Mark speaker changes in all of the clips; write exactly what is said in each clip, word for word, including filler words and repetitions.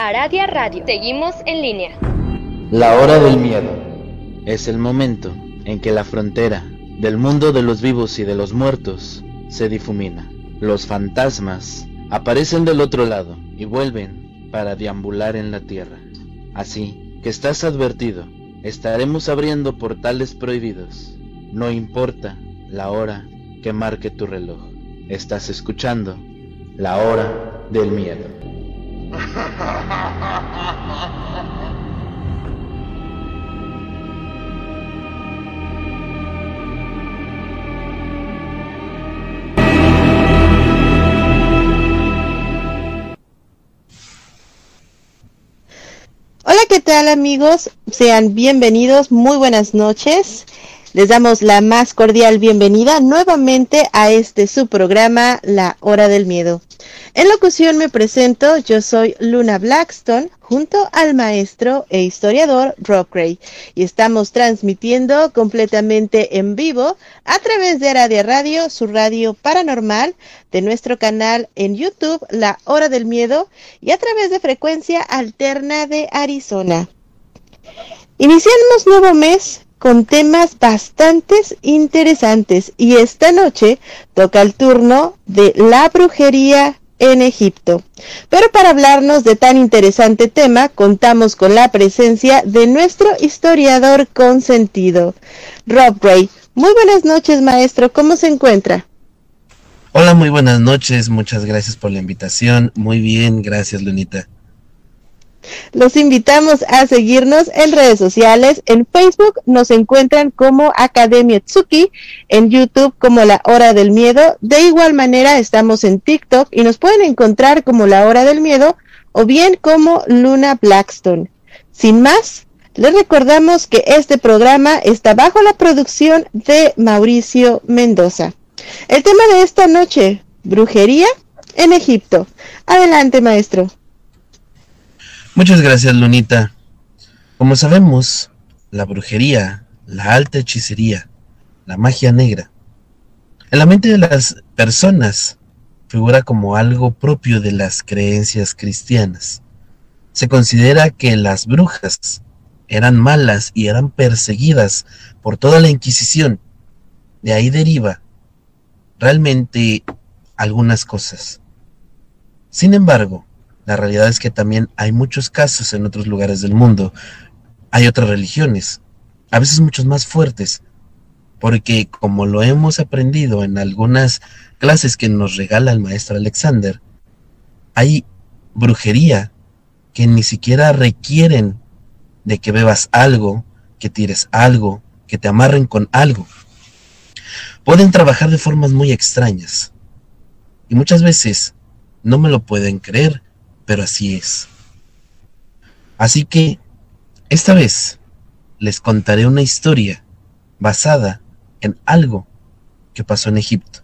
Speaker 1: Aradia Radio. Seguimos en línea.
Speaker 2: La hora del miedo. Es el momento en que la frontera del mundo de los vivos y de los muertos se difumina. Los fantasmas aparecen del otro lado y vuelven para deambular en la tierra. Así que estás advertido, estaremos abriendo portales prohibidos. No importa la hora que marque tu reloj. Estás escuchando La Hora del Miedo.
Speaker 3: Hola, ¿qué tal, amigos? Sean bienvenidos, muy buenas noches. Les damos la más cordial bienvenida nuevamente a este su programa, La Hora del Miedo. En locución me presento, yo soy Luna Blackstone, junto al maestro e historiador Rob Gray, y estamos transmitiendo completamente en vivo a través de Aradia Radio, su radio paranormal, de nuestro canal en YouTube, La Hora del Miedo, y a través de Frecuencia Alterna de Arizona. Iniciamos nuevo mes con temas bastante interesantes, y esta noche toca el turno de la brujería en Egipto. Pero para hablarnos de tan interesante tema, contamos con la presencia de nuestro historiador consentido, Rob Gray. Muy buenas noches, maestro, ¿cómo se encuentra?
Speaker 4: Hola, muy buenas noches, muchas gracias por la invitación. Muy bien, gracias, Lunita.
Speaker 3: Los invitamos a seguirnos en redes sociales. En Facebook nos encuentran como Academia Tsuki, en YouTube como La Hora del Miedo. De igual manera estamos en TikTok y nos pueden encontrar como La Hora del Miedo o bien como Luna Blackstone. Sin más, les recordamos que este programa está bajo la producción de Mauricio Mendoza. El tema de esta noche, brujería en Egipto. Adelante, maestro.
Speaker 4: Muchas gracias, Lunita. Como sabemos, la brujería, la alta hechicería, la magia negra, en la mente de las personas figura como algo propio de las creencias cristianas. Se considera que las brujas eran malas y eran perseguidas por toda la Inquisición. De ahí deriva realmente algunas cosas. Sin embargo, la realidad es que también hay muchos casos en otros lugares del mundo. Hay otras religiones, a veces muchos más fuertes, porque como lo hemos aprendido en algunas clases que nos regala el maestro Alexander, hay brujería que ni siquiera requieren de que bebas algo, que tires algo, que te amarren con algo. Pueden trabajar de formas muy extrañas, y muchas veces no me lo pueden creer, pero así es. Así que, esta vez, les contaré una historia basada en algo que pasó en Egipto.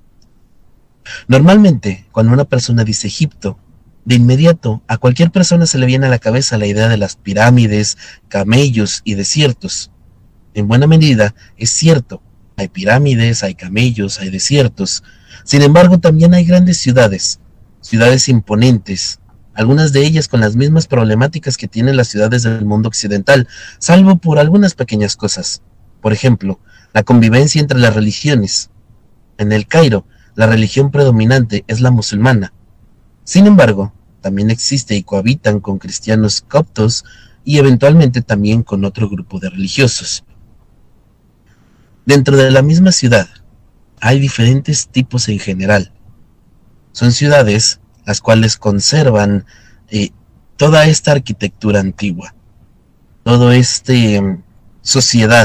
Speaker 4: Normalmente, cuando una persona dice Egipto, de inmediato a cualquier persona se le viene a la cabeza la idea de las pirámides, camellos y desiertos. En buena medida, es cierto, hay pirámides, hay camellos, hay desiertos. Sin embargo, también hay grandes ciudades, ciudades imponentes, algunas de ellas con las mismas problemáticas que tienen las ciudades del mundo occidental, salvo por algunas pequeñas cosas. Por ejemplo, la convivencia entre las religiones. En el Cairo, la religión predominante es la musulmana. Sin embargo, también existe y cohabitan con cristianos coptos y eventualmente también con otro grupo de religiosos. Dentro de la misma ciudad, hay diferentes tipos en general. Son ciudades las cuales conservan eh, toda esta arquitectura antigua, toda esta eh, sociedad.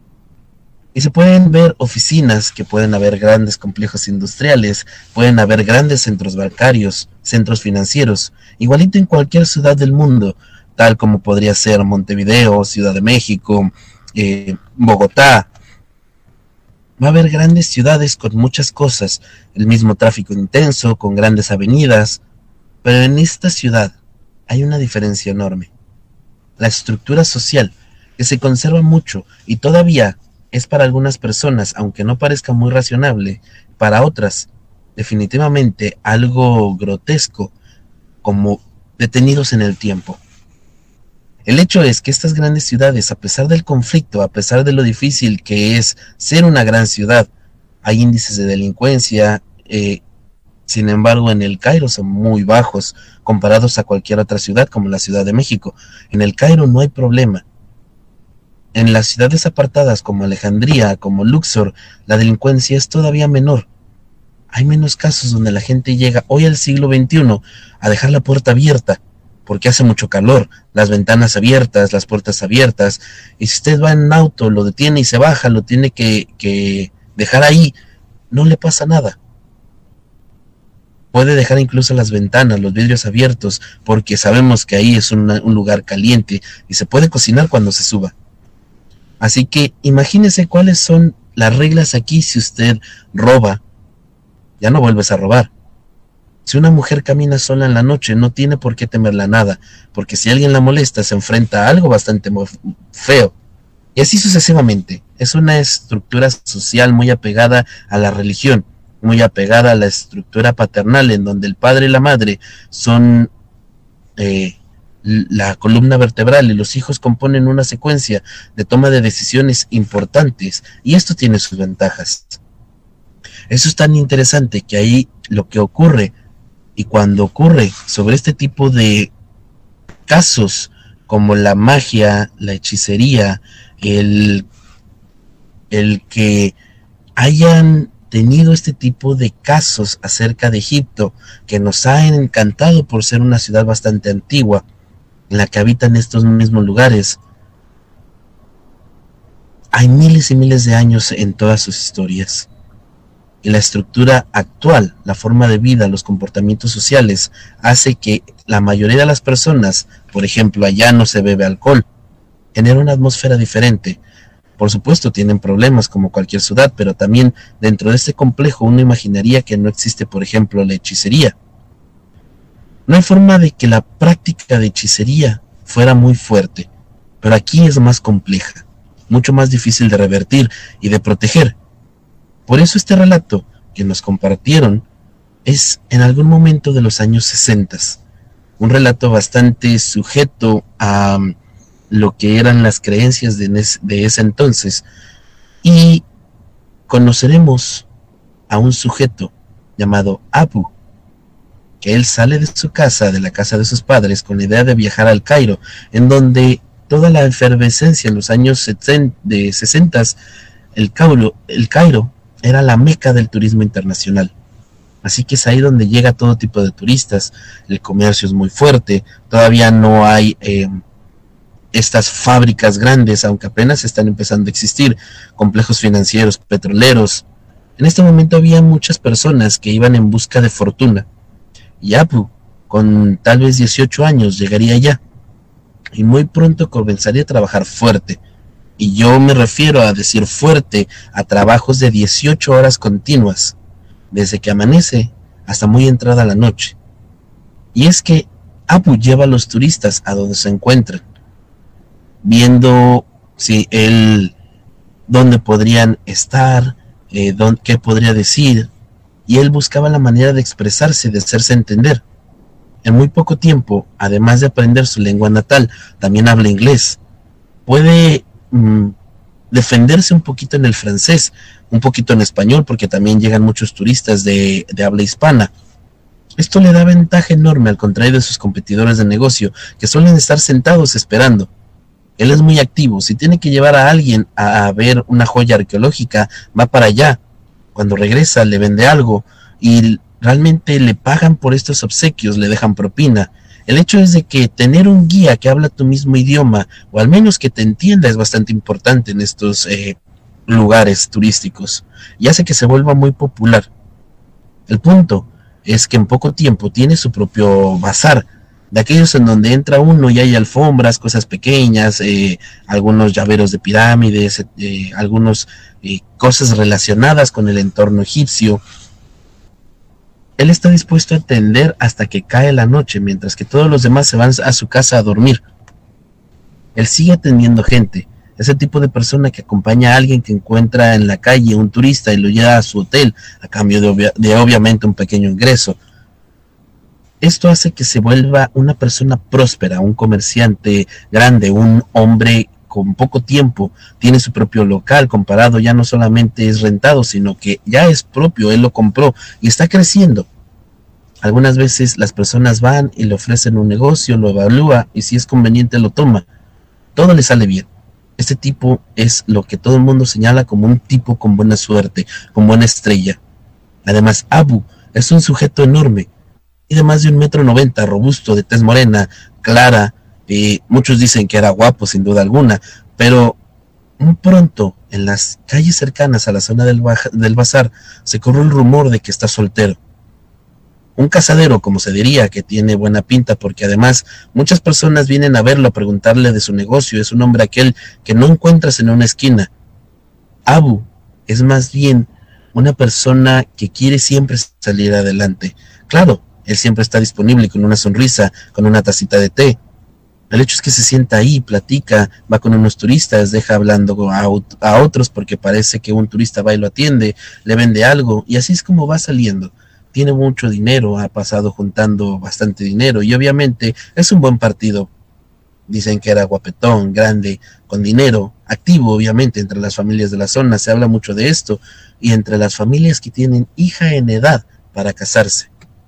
Speaker 4: Y se pueden ver oficinas, que pueden haber grandes complejos industriales, pueden haber grandes centros bancarios, centros financieros, igualito en cualquier ciudad del mundo, tal como podría ser Montevideo, Ciudad de México, eh, Bogotá. Va a haber grandes ciudades con muchas cosas, el mismo tráfico intenso, con grandes avenidas, pero en esta ciudad hay una diferencia enorme. La estructura social, que se conserva mucho y todavía es para algunas personas, aunque no parezca muy razonable, para otras, definitivamente algo grotesco, como detenidos en el tiempo. El hecho es que estas grandes ciudades, a pesar del conflicto, a pesar de lo difícil que es ser una gran ciudad, hay índices de delincuencia, eh, sin embargo en el Cairo son muy bajos comparados a cualquier otra ciudad como la Ciudad de México. En el Cairo no hay problema. En las ciudades apartadas como Alejandría, como Luxor, la delincuencia es todavía menor. Hay menos casos donde la gente llega hoy al siglo veintiuno a dejar la puerta abierta, porque hace mucho calor, las ventanas abiertas, las puertas abiertas, y si usted va en auto, lo detiene y se baja, lo tiene que, que dejar ahí, no le pasa nada. Puede dejar incluso las ventanas, los vidrios abiertos, porque sabemos que ahí es una, un lugar caliente y se puede cocinar cuando se suba. Así que imagínese cuáles son las reglas aquí si usted roba, ya no vuelves a robar. Si una mujer camina sola en la noche, no tiene por qué temerla nada, porque si alguien la molesta, se enfrenta a algo bastante feo. Y así sucesivamente. Es una estructura social muy apegada a la religión, muy apegada a la estructura paternal, en donde el padre y la madre son eh, la columna vertebral y los hijos componen una secuencia de toma de decisiones importantes, y esto tiene sus ventajas. Eso es tan interesante que ahí lo que ocurre, y cuando ocurre sobre este tipo de casos como la magia, la hechicería, el, el que hayan tenido este tipo de casos acerca de Egipto, que nos ha encantado por ser una ciudad bastante antigua, en la que habitan estos mismos lugares, hay miles y miles de años en todas sus historias. Y la estructura actual, la forma de vida, los comportamientos sociales, hace que la mayoría de las personas, por ejemplo, allá no se bebe alcohol, genera una atmósfera diferente. Por supuesto tienen problemas como cualquier ciudad, pero también dentro de este complejo uno imaginaría que no existe, por ejemplo, la hechicería. No hay forma de que la práctica de hechicería fuera muy fuerte, pero aquí es más compleja, mucho más difícil de revertir y de proteger. Por eso este relato que nos compartieron es en algún momento de los años sesenta, un relato bastante sujeto a lo que eran las creencias de, de ese entonces, y conoceremos a un sujeto llamado Abu, que él sale de su casa, de la casa de sus padres, con la idea de viajar al Cairo, en donde toda la efervescencia en los años sesenta, el Cairo, el Cairo era la meca del turismo internacional. Así que es ahí donde llega todo tipo de turistas, el comercio es muy fuerte, todavía no hay eh, estas fábricas grandes, aunque apenas están empezando a existir, complejos financieros, petroleros. En este momento había muchas personas que iban en busca de fortuna, y Abu, con tal vez dieciocho años, llegaría allá, y muy pronto comenzaría a trabajar fuerte. Y yo me refiero a decir fuerte a trabajos de dieciocho horas continuas, desde que amanece hasta muy entrada la noche. Y es que Abu lleva a los turistas a donde se encuentran, viendo si él, dónde podrían estar, eh, dónde, qué podría decir, y él buscaba la manera de expresarse, de hacerse entender. En muy poco tiempo, además de aprender su lengua natal, también habla inglés. Puede mm, defenderse un poquito en el francés, un poquito en español, porque también llegan muchos turistas de, de habla hispana. Esto le da ventaja enorme, al contrario de sus competidores de negocio, que suelen estar sentados esperando. Él es muy activo. Si tiene que llevar a alguien a, a ver una joya arqueológica, va para allá. Cuando regresa le vende algo y realmente le pagan por estos obsequios, le dejan propina. El hecho es de que tener un guía que habla tu mismo idioma, o al menos que te entienda, es bastante importante en estos eh, lugares turísticos, y hace que se vuelva muy popular. El punto es que en poco tiempo tiene su propio bazar, de aquellos en donde entra uno y hay alfombras, cosas pequeñas, eh, algunos llaveros de pirámides, eh, algunas eh, cosas relacionadas con el entorno egipcio. Él está dispuesto a atender hasta que cae la noche, mientras que todos los demás se van a su casa a dormir. Él sigue atendiendo gente, ese tipo de persona que acompaña a alguien que encuentra en la calle, un turista, y lo lleva a su hotel, a cambio de, obvia, de obviamente un pequeño ingreso. esto hace que se vuelva una persona próspera, un comerciante grande, un hombre con poco tiempo, tiene su propio local, comparado ya no solamente es rentado, sino que ya es propio, él lo compró y está creciendo. Algunas veces las personas van y le ofrecen un negocio, lo evalúa y si es conveniente lo toma. Todo le sale bien. Este tipo es lo que todo el mundo señala como un tipo con buena suerte, con buena estrella. Además, Abu es un sujeto enorme, de más de un metro noventa, robusto, de tez morena, clara, y muchos dicen que era guapo sin duda alguna, pero muy pronto en las calles cercanas a la zona del, del bazar se corrió el rumor de que está soltero. Un casadero, como se diría, que tiene buena pinta, porque además muchas personas vienen a verlo, a preguntarle de su negocio. Es un hombre aquel que no encuentras en una esquina. Abu es más bien una persona que quiere siempre salir adelante. Claro, él siempre está disponible con una sonrisa, con una tacita de té. El hecho es que se sienta ahí, platica, va con unos turistas, deja hablando a, a otros porque parece que un turista va y lo atiende, le vende algo y así es como va saliendo. Tiene mucho dinero, ha pasado juntando bastante dinero y obviamente es un buen partido. Dicen que era guapetón, grande, con dinero, activo obviamente entre las familias de la zona, se habla mucho de esto, y entre las familias que tienen hija en edad para casarse.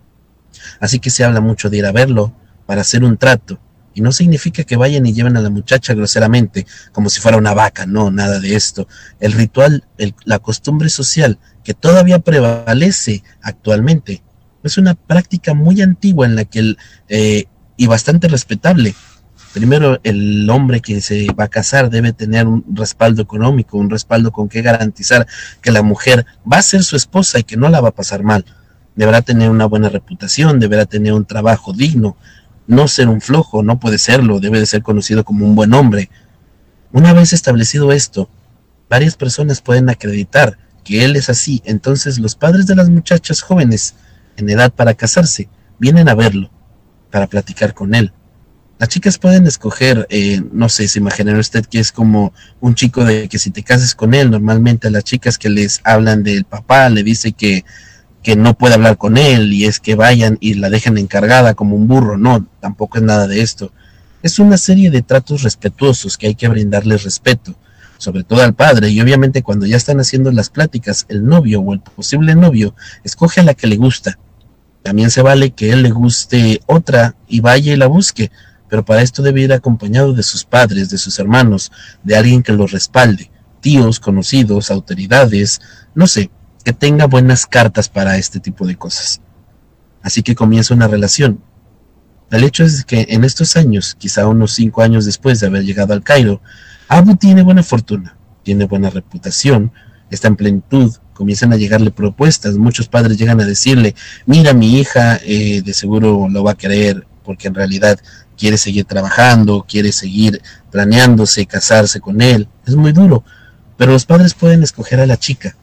Speaker 4: Así que se habla mucho de ir a verlo para hacer un trato, y no significa que vayan y lleven a la muchacha groseramente, como si fuera una vaca, no, nada de esto. El ritual, el, la costumbre social que todavía prevalece actualmente, es una práctica muy antigua en la que el, eh, y bastante respetable. Primero, el hombre que se va a casar debe tener un respaldo económico, un respaldo con que garantizar que la mujer va a ser su esposa y que no la va a pasar mal. Deberá tener una buena reputación, deberá tener un trabajo digno, no ser un flojo, no puede serlo, debe de ser conocido como un buen hombre. Una vez establecido esto, varias personas pueden acreditar que él es así, entonces los padres de las muchachas jóvenes en edad para casarse vienen a verlo, para platicar con él. Las chicas pueden escoger, eh, no sé, se imaginará usted que es como un chico de que si te cases con él, normalmente a las chicas que les hablan del papá le dice que, que no puede hablar con él y es que vayan y la dejen encargada como un burro. No, tampoco es nada de esto. Es una serie de tratos respetuosos que hay que brindarles respeto, sobre todo al padre, y obviamente cuando ya están haciendo las pláticas, el novio o el posible novio escoge a la que le gusta. También se vale que él le guste otra y vaya y la busque, pero para esto debe ir acompañado de sus padres, de sus hermanos, de alguien que lo respalde, tíos, conocidos, autoridades, no sé, que tenga buenas cartas para este tipo de cosas. Así que comienza una relación. El hecho es que en estos años, quizá unos cinco años después de haber llegado al Cairo, Abu tiene buena fortuna, tiene buena reputación, está en plenitud, comienzan a llegarle propuestas, muchos padres llegan a decirle, mira, mi hija eh, de seguro lo va a querer, porque en realidad quiere seguir trabajando, quiere seguir planeándose, casarse con él. Es muy duro, pero los padres pueden escoger a la chica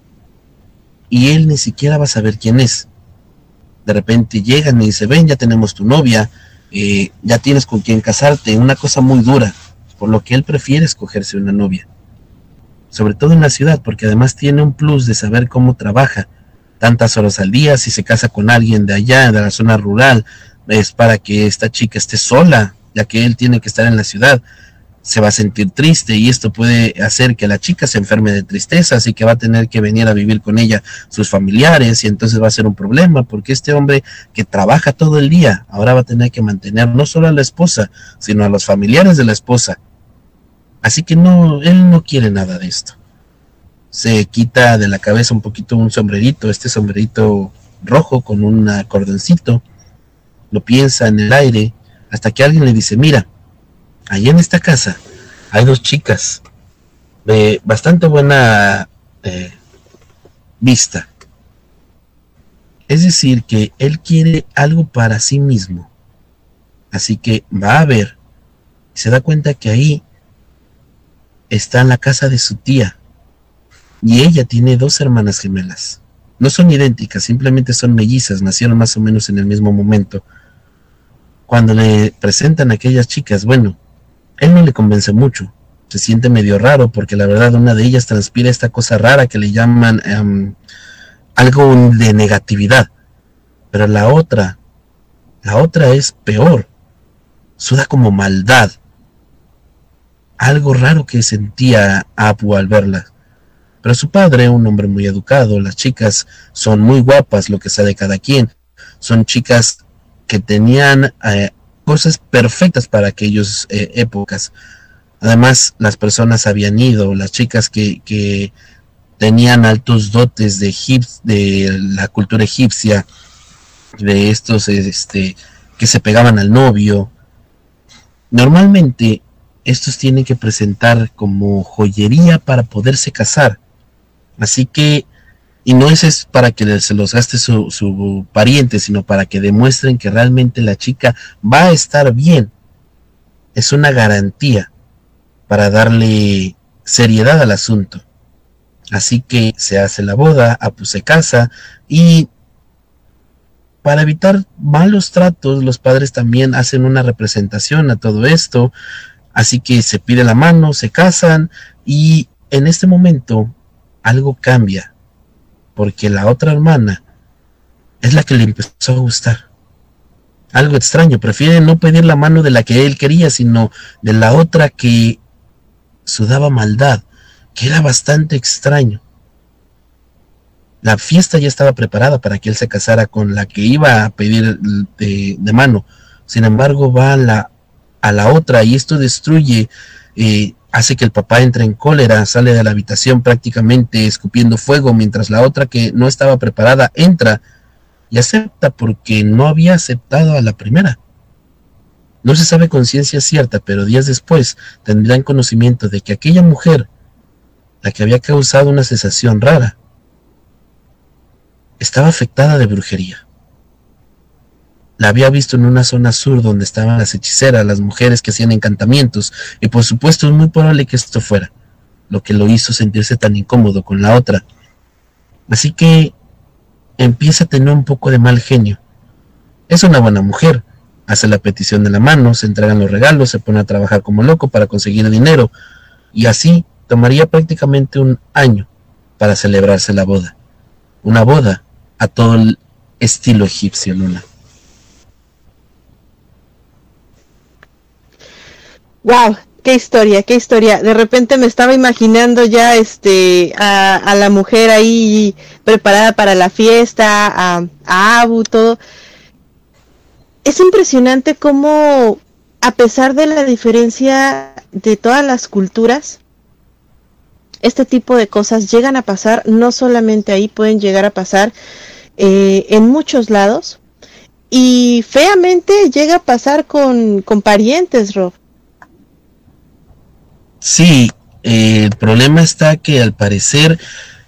Speaker 4: y él ni siquiera va a saber quién es. De repente llegan y dicen, ven, ya tenemos tu novia, eh, ya tienes con quién casarte, una cosa muy dura, por lo que él prefiere escogerse una novia, sobre todo en la ciudad, porque además tiene un plus de saber cómo trabaja, tantas horas al día. Si se casa con alguien de allá, de la zona rural, es para que esta chica esté sola, ya que él tiene que estar en la ciudad, se va a sentir triste y esto puede hacer que la chica se enferme de tristeza, así que va a tener que venir a vivir con ella sus familiares y entonces va a ser un problema, porque este hombre que trabaja todo el día, ahora va a tener que mantener no solo a la esposa, sino a los familiares de la esposa. Así que no, él no quiere nada de esto. Se quita de la cabeza un poquito un sombrerito, este sombrerito rojo con un cordoncito, lo piensa en el aire, hasta que alguien le dice, mira, allí en esta casa hay dos chicas de bastante buena eh, vista. Es decir, que él quiere algo para sí mismo. Así que va a ver, y se da cuenta que ahí está en la casa de su tía, y ella tiene dos hermanas gemelas. No son idénticas, simplemente son mellizas, nacieron más o menos en el mismo momento. Cuando le presentan a aquellas chicas, bueno, él no le convence mucho, se siente medio raro porque la verdad una de ellas transpira esta cosa rara que le llaman um, algo de negatividad, pero la otra La otra es peor, suda como maldad. Algo raro que sentía Abu al verla. Pero su padre, un hombre muy educado, las chicas son muy guapas, lo que sea de cada quien. Son chicas que tenían eh, cosas perfectas para aquellas eh, épocas. Además, las personas habían ido, las chicas que, que tenían altos dotes de, egip- de la cultura egipcia, de estos este, que se pegaban al novio. Normalmente, estos tienen que presentar como joyería para poderse casar. Así que, y no es, es para que se los gaste su, su pariente, sino para que demuestren que realmente la chica va a estar bien. Es una garantía para darle seriedad al asunto. Así que se hace la boda, Apu se casa, y para evitar malos tratos, los padres también hacen una representación a todo esto. Así que se pide la mano, se casan, y en este momento algo cambia, porque la otra hermana es la que le empezó a gustar. Algo extraño, prefiere no pedir la mano de la que él quería, sino de la otra que sudaba maldad, que era bastante extraño. La fiesta ya estaba preparada para que él se casara con la que iba a pedir de, de mano. Sin embargo, va a la, a la otra, y esto destruye, eh, hace que el papá entre en cólera, sale de la habitación prácticamente escupiendo fuego, mientras la otra, que no estaba preparada, entra y acepta, porque no había aceptado a la primera. No se sabe con ciencia cierta, pero días después tendrán conocimiento de que aquella mujer, la que había causado una sensación rara, estaba afectada de brujería. La había visto en una zona sur donde estaban las hechiceras, las mujeres que hacían encantamientos, y por supuesto es muy probable que esto fuera lo que lo hizo sentirse tan incómodo con la otra. Así que empieza a tener un poco de mal genio. Es una buena mujer, hace la petición de la mano, se entregan los regalos, se pone a trabajar como loco para conseguir dinero, y así tomaría prácticamente un año para celebrarse la boda. Una boda a todo el estilo egipcio, Luna.
Speaker 3: Wow, qué historia, qué historia. De repente me estaba imaginando ya este a, a la mujer ahí preparada para la fiesta, a, a Abu, todo. Es impresionante cómo, a pesar de la diferencia de todas las culturas, este tipo de cosas llegan a pasar. No solamente ahí, pueden llegar a pasar eh, en muchos lados, y feamente llega a pasar con, con parientes, Rob.
Speaker 4: Sí, eh, el problema está que al parecer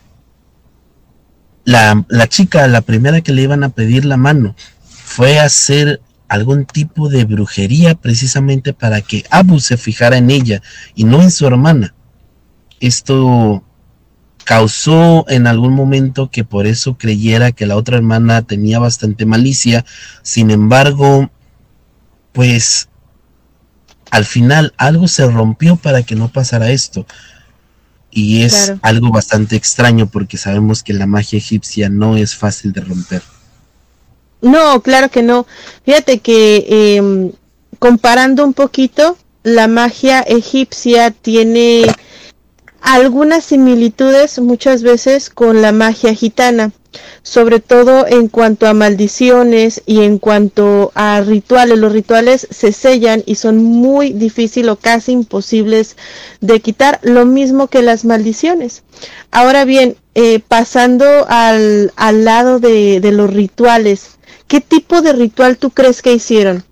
Speaker 4: la, la chica, la primera que le iban a pedir la mano, fue a hacer algún tipo de brujería precisamente para que Abu se fijara en ella y no en su hermana. Esto causó en algún momento que por eso creyera que la otra hermana tenía bastante malicia. Sin embargo, pues al final algo se rompió para que no pasara esto. Y es claro, algo bastante extraño, porque sabemos que la magia egipcia no es fácil de romper.
Speaker 3: No, claro que no. Fíjate que eh, comparando un poquito, la magia egipcia tiene algunas similitudes muchas veces con la magia gitana, sobre todo en cuanto a maldiciones y en cuanto a rituales. Los rituales se sellan y son muy difíciles o casi imposibles de quitar, lo mismo que las maldiciones. Ahora bien, eh, pasando al, al lado de, de los rituales, ¿qué tipo de ritual tú crees que hicieron?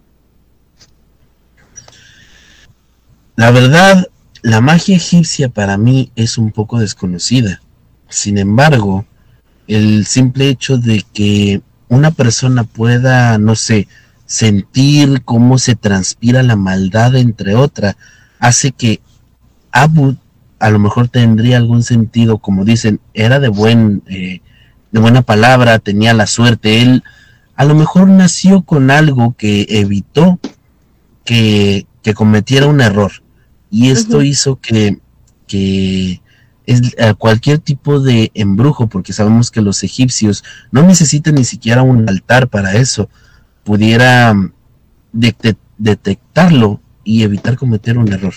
Speaker 4: La verdad, la magia egipcia para mí es un poco desconocida. Sin embargo, el simple hecho de que una persona pueda, no sé, sentir cómo se transpira la maldad entre otra, hace que Abu a lo mejor tendría algún sentido, como dicen, era de buen, eh, de buena palabra, tenía la suerte. Él a lo mejor nació con algo que evitó que, que cometiera un error, y esto uh-huh. hizo que, que es cualquier tipo de embrujo, porque sabemos que los egipcios no necesitan ni siquiera un altar para eso. pudiera de- detectarlo y evitar cometer un error.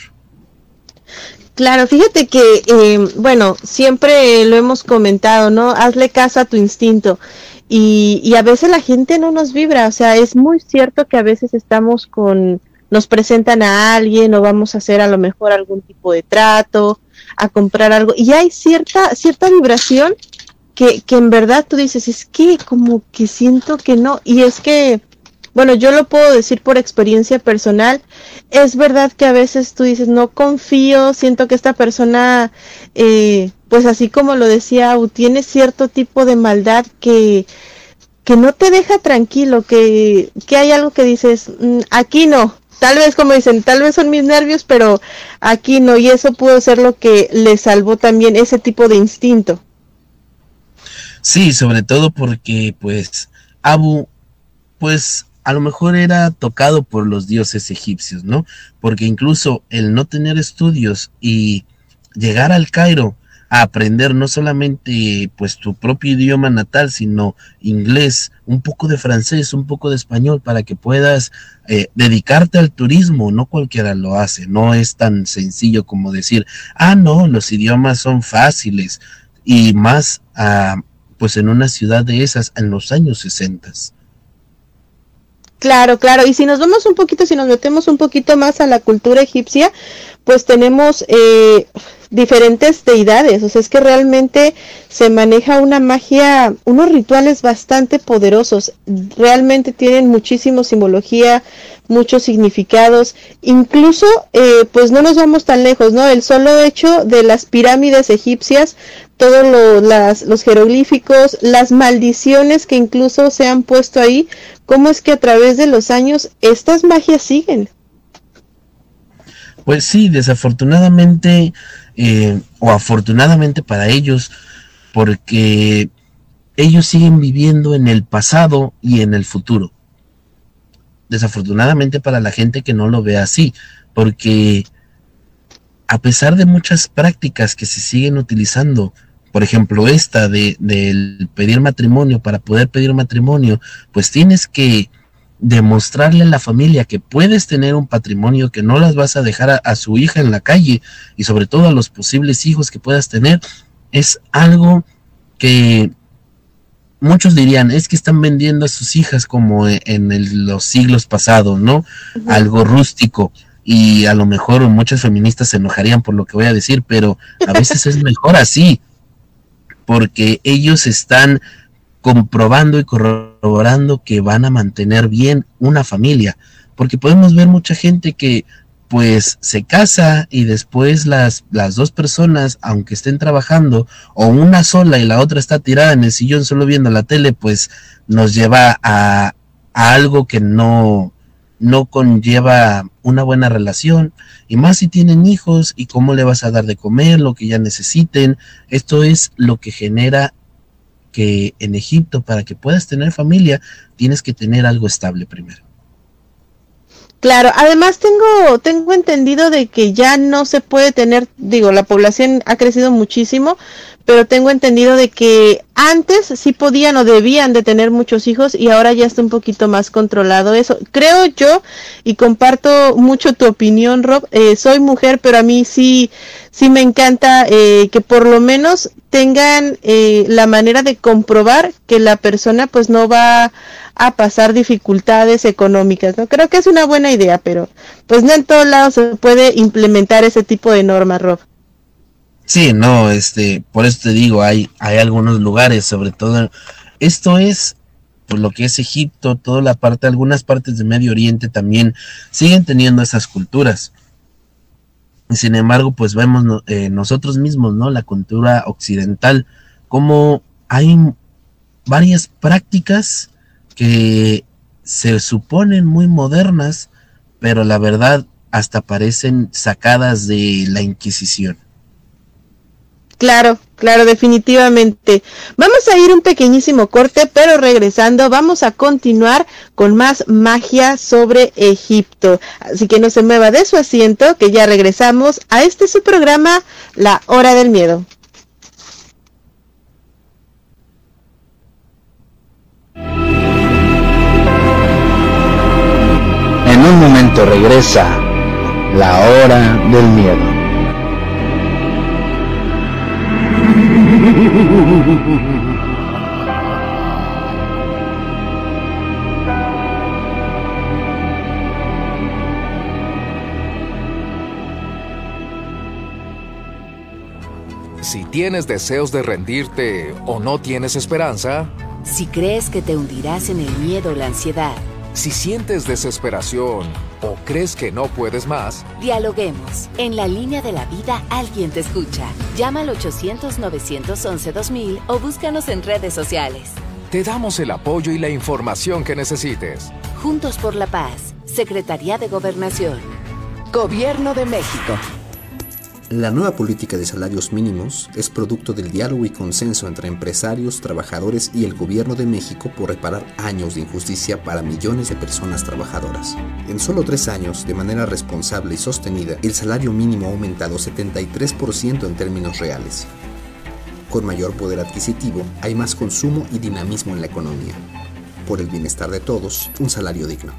Speaker 3: Claro, fíjate que, eh, bueno, siempre lo hemos comentado, ¿no? Hazle caso a tu instinto. Y, y a veces la gente no nos vibra, o sea, es muy cierto que a veces estamos con, nos presentan a alguien o vamos a hacer a lo mejor algún tipo de trato, a comprar algo, y hay cierta, cierta vibración que, que en verdad tú dices, es que como que siento que no, y es que, bueno, yo lo puedo decir por experiencia personal, es verdad que a veces tú dices, no confío, siento que esta persona, eh, pues así como lo decía, Au, tiene cierto tipo de maldad que, que no te deja tranquilo, que, que hay algo que dices, mm, aquí no, tal vez como dicen, tal vez son mis nervios, pero aquí no, y eso pudo ser lo que le salvó también ese tipo de instinto.
Speaker 4: Sí, sobre todo porque pues Abu, pues a lo mejor era tocado por los dioses egipcios, ¿no? Porque incluso el no tener estudios y llegar al Cairo a aprender no solamente pues tu propio idioma natal, sino inglés, un poco de francés, un poco de español, para que puedas eh, dedicarte al turismo. No cualquiera lo hace, no es tan sencillo como decir, ah, no, los idiomas son fáciles, y más ah, pues en una ciudad de esas en los años sesenta.
Speaker 3: Claro, claro, y si nos vamos un poquito, si nos metemos un poquito más a la cultura egipcia, pues tenemos eh, diferentes deidades, o sea, es que realmente se maneja una magia, unos rituales bastante poderosos, realmente tienen muchísima simbología, muchos significados, incluso, eh, pues no nos vamos tan lejos, ¿no? El solo hecho de las pirámides egipcias, todos lo, las, los jeroglíficos, las maldiciones que incluso se han puesto ahí, cómo es que a través de los años estas magias siguen.
Speaker 4: Pues sí, desafortunadamente, eh, o afortunadamente para ellos, porque ellos siguen viviendo en el pasado y en el futuro. Desafortunadamente para la gente que no lo ve así, porque a pesar de muchas prácticas que se siguen utilizando, por ejemplo esta de, de pedir matrimonio, para poder pedir matrimonio, pues tienes que demostrarle a la familia que puedes tener un patrimonio, que no las vas a dejar a, a su hija en la calle, y sobre todo a los posibles hijos que puedas tener. Es algo que muchos dirían, es que están vendiendo a sus hijas como en el, los siglos pasados, ¿no? Uh-huh. Algo rústico, y a lo mejor muchas feministas se enojarían por lo que voy a decir, pero a veces es mejor así, porque ellos están comprobando y corroborando que van a mantener bien una familia, porque podemos ver mucha gente que pues se casa y después las, las dos personas, aunque estén trabajando, o una sola y la otra está tirada en el sillón solo viendo la tele, pues nos lleva a, a algo que no, no conlleva una buena relación, y más si tienen hijos, y cómo le vas a dar de comer, lo que ya necesiten. Esto es lo que genera que en Egipto, para que puedas tener familia, tienes que tener algo estable primero.
Speaker 3: Claro, además tengo tengo entendido de que ya no se puede tener, digo, la población ha crecido muchísimo, pero tengo entendido de que antes sí podían o debían de tener muchos hijos, y ahora ya está un poquito más controlado eso. Creo yo, y comparto mucho tu opinión, Rob, eh, soy mujer, pero a mí sí, sí me encanta eh, que por lo menos tengan eh, la manera de comprobar que la persona pues no va a pasar dificultades económicas, ¿no? Creo que es una buena idea, pero pues no en todos lados se puede implementar ese tipo de normas, Rob.
Speaker 4: Sí, no, este, por eso te digo, hay, hay algunos lugares, sobre todo, esto es, por lo que es Egipto, toda la parte, algunas partes de Medio Oriente también siguen teniendo esas culturas. Sin embargo, pues vemos eh, nosotros mismos, ¿no? La cultura occidental, como hay varias prácticas que se suponen muy modernas, pero la verdad hasta parecen sacadas de la Inquisición.
Speaker 3: Claro, claro, definitivamente. Vamos a ir un pequeñísimo corte, pero regresando vamos a continuar con más magia sobre Egipto. Así que no se mueva de su asiento, que ya regresamos a este su programa, La Hora del Miedo.
Speaker 2: un momento regresa la hora del miedo.
Speaker 5: Si tienes deseos de rendirte o no tienes esperanza,
Speaker 6: si crees que te hundirás en el miedo o la ansiedad,
Speaker 5: si sientes desesperación o crees que no puedes más,
Speaker 6: dialoguemos. En la línea de la vida alguien te escucha. Llama al ochocientos, novecientos once, dos mil o búscanos en redes sociales.
Speaker 5: Te damos el apoyo y la información que necesites.
Speaker 6: Juntos por la Paz, Secretaría de Gobernación. Gobierno de México.
Speaker 7: La nueva política de salarios mínimos es producto del diálogo y consenso entre empresarios, trabajadores y el Gobierno de México por reparar años de injusticia para millones de personas trabajadoras. En solo tres años, de manera responsable y sostenida, el salario mínimo ha aumentado setenta y tres por ciento en términos reales. Con mayor poder adquisitivo, hay más consumo y dinamismo en la economía. Por el bienestar de todos, un salario digno.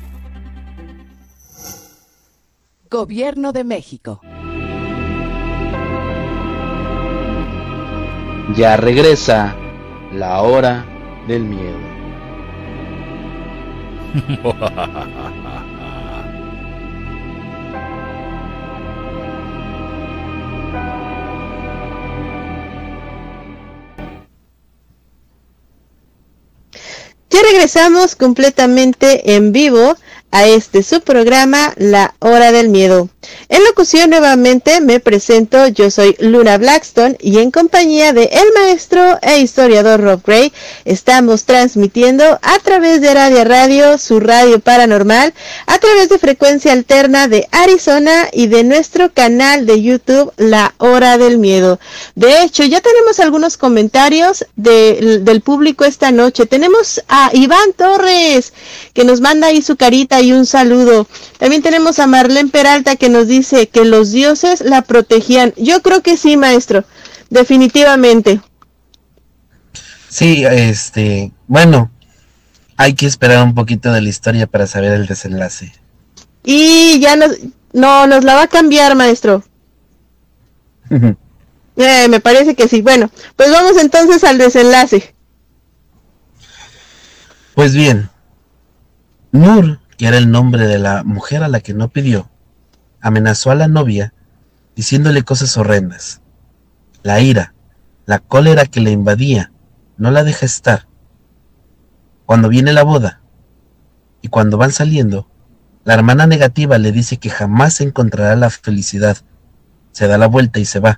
Speaker 6: Gobierno de México.
Speaker 2: Ya regresa la hora del miedo.
Speaker 3: Ya regresamos completamente en vivo a este su programa, La Hora del Miedo. En locución nuevamente me presento, yo soy Luna Blackstone y en compañía de el maestro e historiador Rob Gray estamos transmitiendo a través de Radio Radio, su radio paranormal, a través de frecuencia alterna de Arizona y de nuestro canal de YouTube, La Hora del Miedo. De hecho, ya tenemos algunos comentarios de, del público esta noche. Tenemos a Iván Torres, que nos manda ahí su carita y un saludo. También tenemos a Marlene Peralta, que nos dice que los dioses la protegían. Yo creo que sí, maestro, definitivamente.
Speaker 4: Sí, este, bueno, hay que esperar un poquito de la historia para saber el desenlace.
Speaker 3: Y ya nos, no, nos la va a cambiar, maestro. eh, me parece que sí. Bueno, pues vamos entonces al desenlace.
Speaker 4: Pues bien, Nur, que era el nombre de la mujer a la que no pidió, amenazó a la novia diciéndole cosas horrendas. La ira, la cólera que le invadía, no la deja estar. Cuando viene la boda y cuando van saliendo, la hermana negativa le dice que jamás encontrará la felicidad. Se da la vuelta y se va.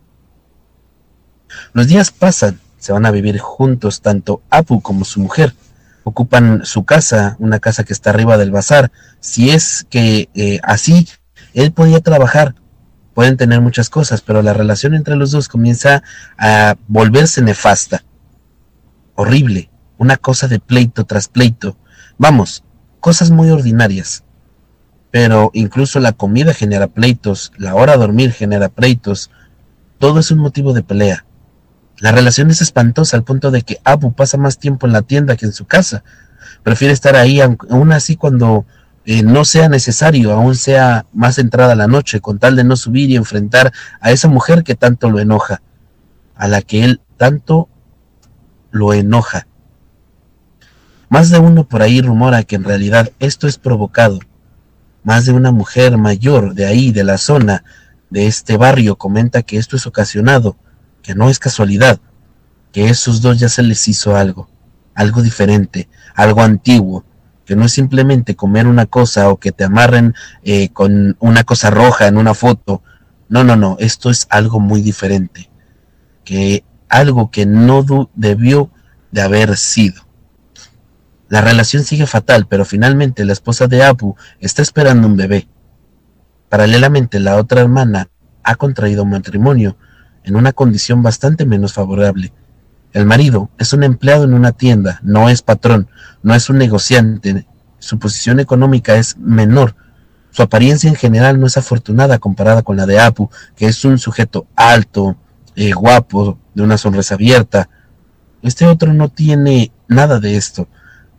Speaker 4: Los días pasan, se van a vivir juntos tanto Apu como su mujer. Ocupan su casa, una casa que está arriba del bazar. Si es que eh, así él podía trabajar, pueden tener muchas cosas, pero la relación entre los dos comienza a volverse nefasta, horrible, una cosa de pleito tras pleito. Vamos, cosas muy ordinarias, pero incluso la comida genera pleitos, la hora de dormir genera pleitos, todo es un motivo de pelea. La relación es espantosa al punto de que Apu pasa más tiempo en la tienda que en su casa. Prefiere estar ahí, aún así cuando eh, no sea necesario, aún sea más entrada la noche, con tal de no subir y enfrentar a esa mujer que tanto lo enoja, a la que él tanto lo enoja. Más de uno por ahí rumora que en realidad esto es provocado. Más de una mujer mayor de ahí, de la zona, de este barrio, comenta que esto es ocasionado, que no es casualidad, que a esos dos ya se les hizo algo, algo diferente, algo antiguo, que no es simplemente comer una cosa o que te amarren eh, con una cosa roja en una foto. No, no, no, esto es algo muy diferente, que algo que no debió de haber sido. La relación sigue fatal, pero finalmente la esposa de Apu está esperando un bebé. Paralelamente, la otra hermana ha contraído matrimonio en una condición bastante menos favorable. El marido es un empleado en una tienda, no es patrón, no es un negociante, su posición económica es menor, su apariencia en general no es afortunada comparada con la de Apu, que es un sujeto alto, eh, guapo, de una sonrisa abierta. Este otro no tiene nada de esto,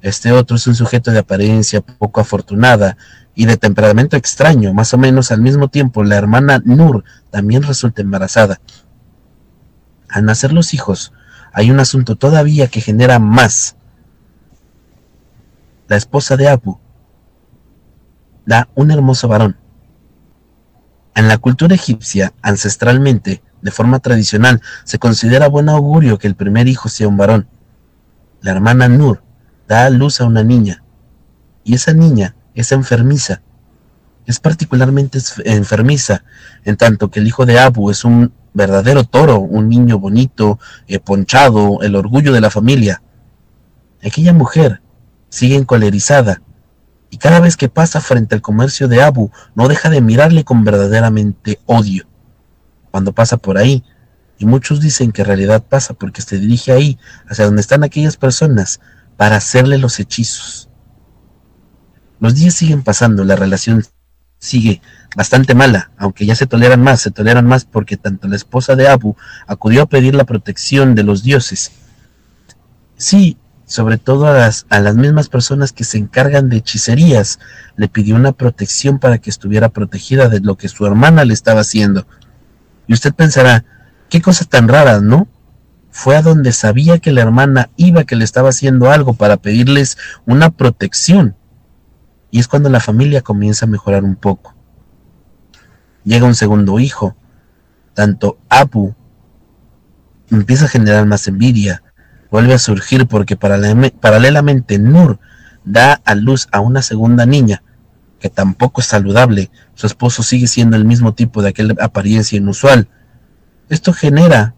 Speaker 4: Este otro es un sujeto de apariencia poco afortunada y de temperamento extraño. Más o menos al mismo tiempo, la hermana Nur también resulta embarazada. Al nacer los hijos, hay un asunto todavía que genera más. La esposa de Abu da un hermoso varón. En la cultura egipcia, ancestralmente, de forma tradicional, se considera buen augurio que el primer hijo sea un varón. La hermana Nur da a luz a una niña, y esa niña es enfermiza. Es particularmente enfermiza, en tanto que el hijo de Abu es un verdadero toro, un niño bonito, eh, ponchado, el orgullo de la familia. Aquella mujer sigue encolerizada, y cada vez que pasa frente al comercio de Abu, no deja de mirarle con verdaderamente odio. Cuando pasa por ahí, y muchos dicen que en realidad pasa porque se dirige ahí, hacia donde están aquellas personas, para hacerle los hechizos. Los días siguen pasando, la relación sigue bastante mala, aunque ya se toleran más, se toleran más porque tanto la esposa de Abu acudió a pedir la protección de los dioses. Sí, sobre todo a las, a las mismas personas que se encargan de hechicerías, le pidió una protección para que estuviera protegida de lo que su hermana le estaba haciendo. Y usted pensará, qué cosa tan rara, ¿no? Fue a donde sabía que la hermana iba, que le estaba haciendo algo para pedirles una protección. Y es cuando la familia comienza a mejorar un poco. Llega un segundo hijo. Tanto Abu empieza a generar más envidia. Vuelve a surgir porque paralelamente Nur da a luz a una segunda niña, que tampoco es saludable. Su esposo sigue siendo el mismo tipo de aquella apariencia inusual. Esto genera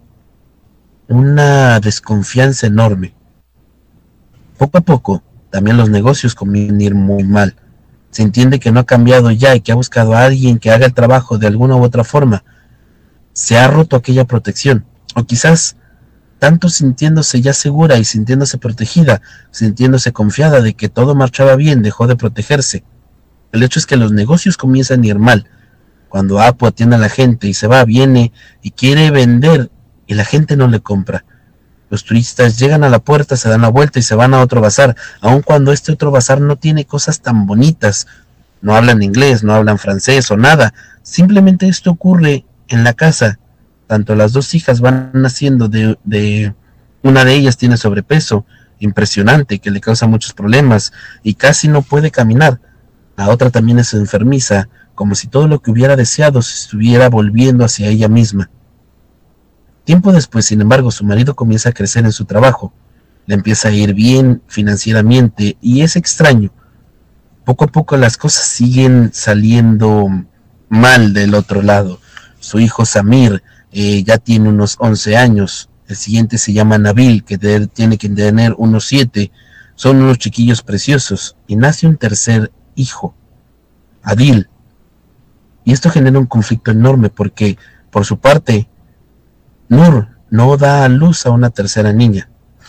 Speaker 4: una desconfianza enorme. Poco a poco, también los negocios comienzan a ir muy mal. Se entiende que no ha cambiado ya y que ha buscado a alguien que haga el trabajo de alguna u otra forma. Se ha roto aquella protección, o quizás tanto sintiéndose ya segura y sintiéndose protegida, sintiéndose confiada de que todo marchaba bien, dejó de protegerse. El hecho es que los negocios comienzan a ir mal. Cuando Apu atiende a la gente y se va, viene y quiere vender y la gente no le compra. Los turistas llegan a la puerta, se dan la vuelta y se van a otro bazar, aun cuando este otro bazar no tiene cosas tan bonitas. No hablan inglés, no hablan francés o nada. Simplemente esto ocurre en la casa. Tanto las dos hijas van naciendo de, de... Una de ellas tiene sobrepeso impresionante que le causa muchos problemas y casi no puede caminar. La otra también es enfermiza, como si todo lo que hubiera deseado se estuviera volviendo hacia ella misma. Tiempo después, sin embargo, su marido comienza a crecer en su trabajo. Le empieza a ir bien financieramente y es extraño. Poco a poco las cosas siguen saliendo mal del otro lado. Su hijo Samir eh, ya tiene unos once años. El siguiente se llama Nabil, que de, tiene que tener unos siete. Son unos chiquillos preciosos. Y nace un tercer hijo, Adil. Y esto genera un conflicto enorme porque, por su parte, Nur no da a luz a una tercera niña.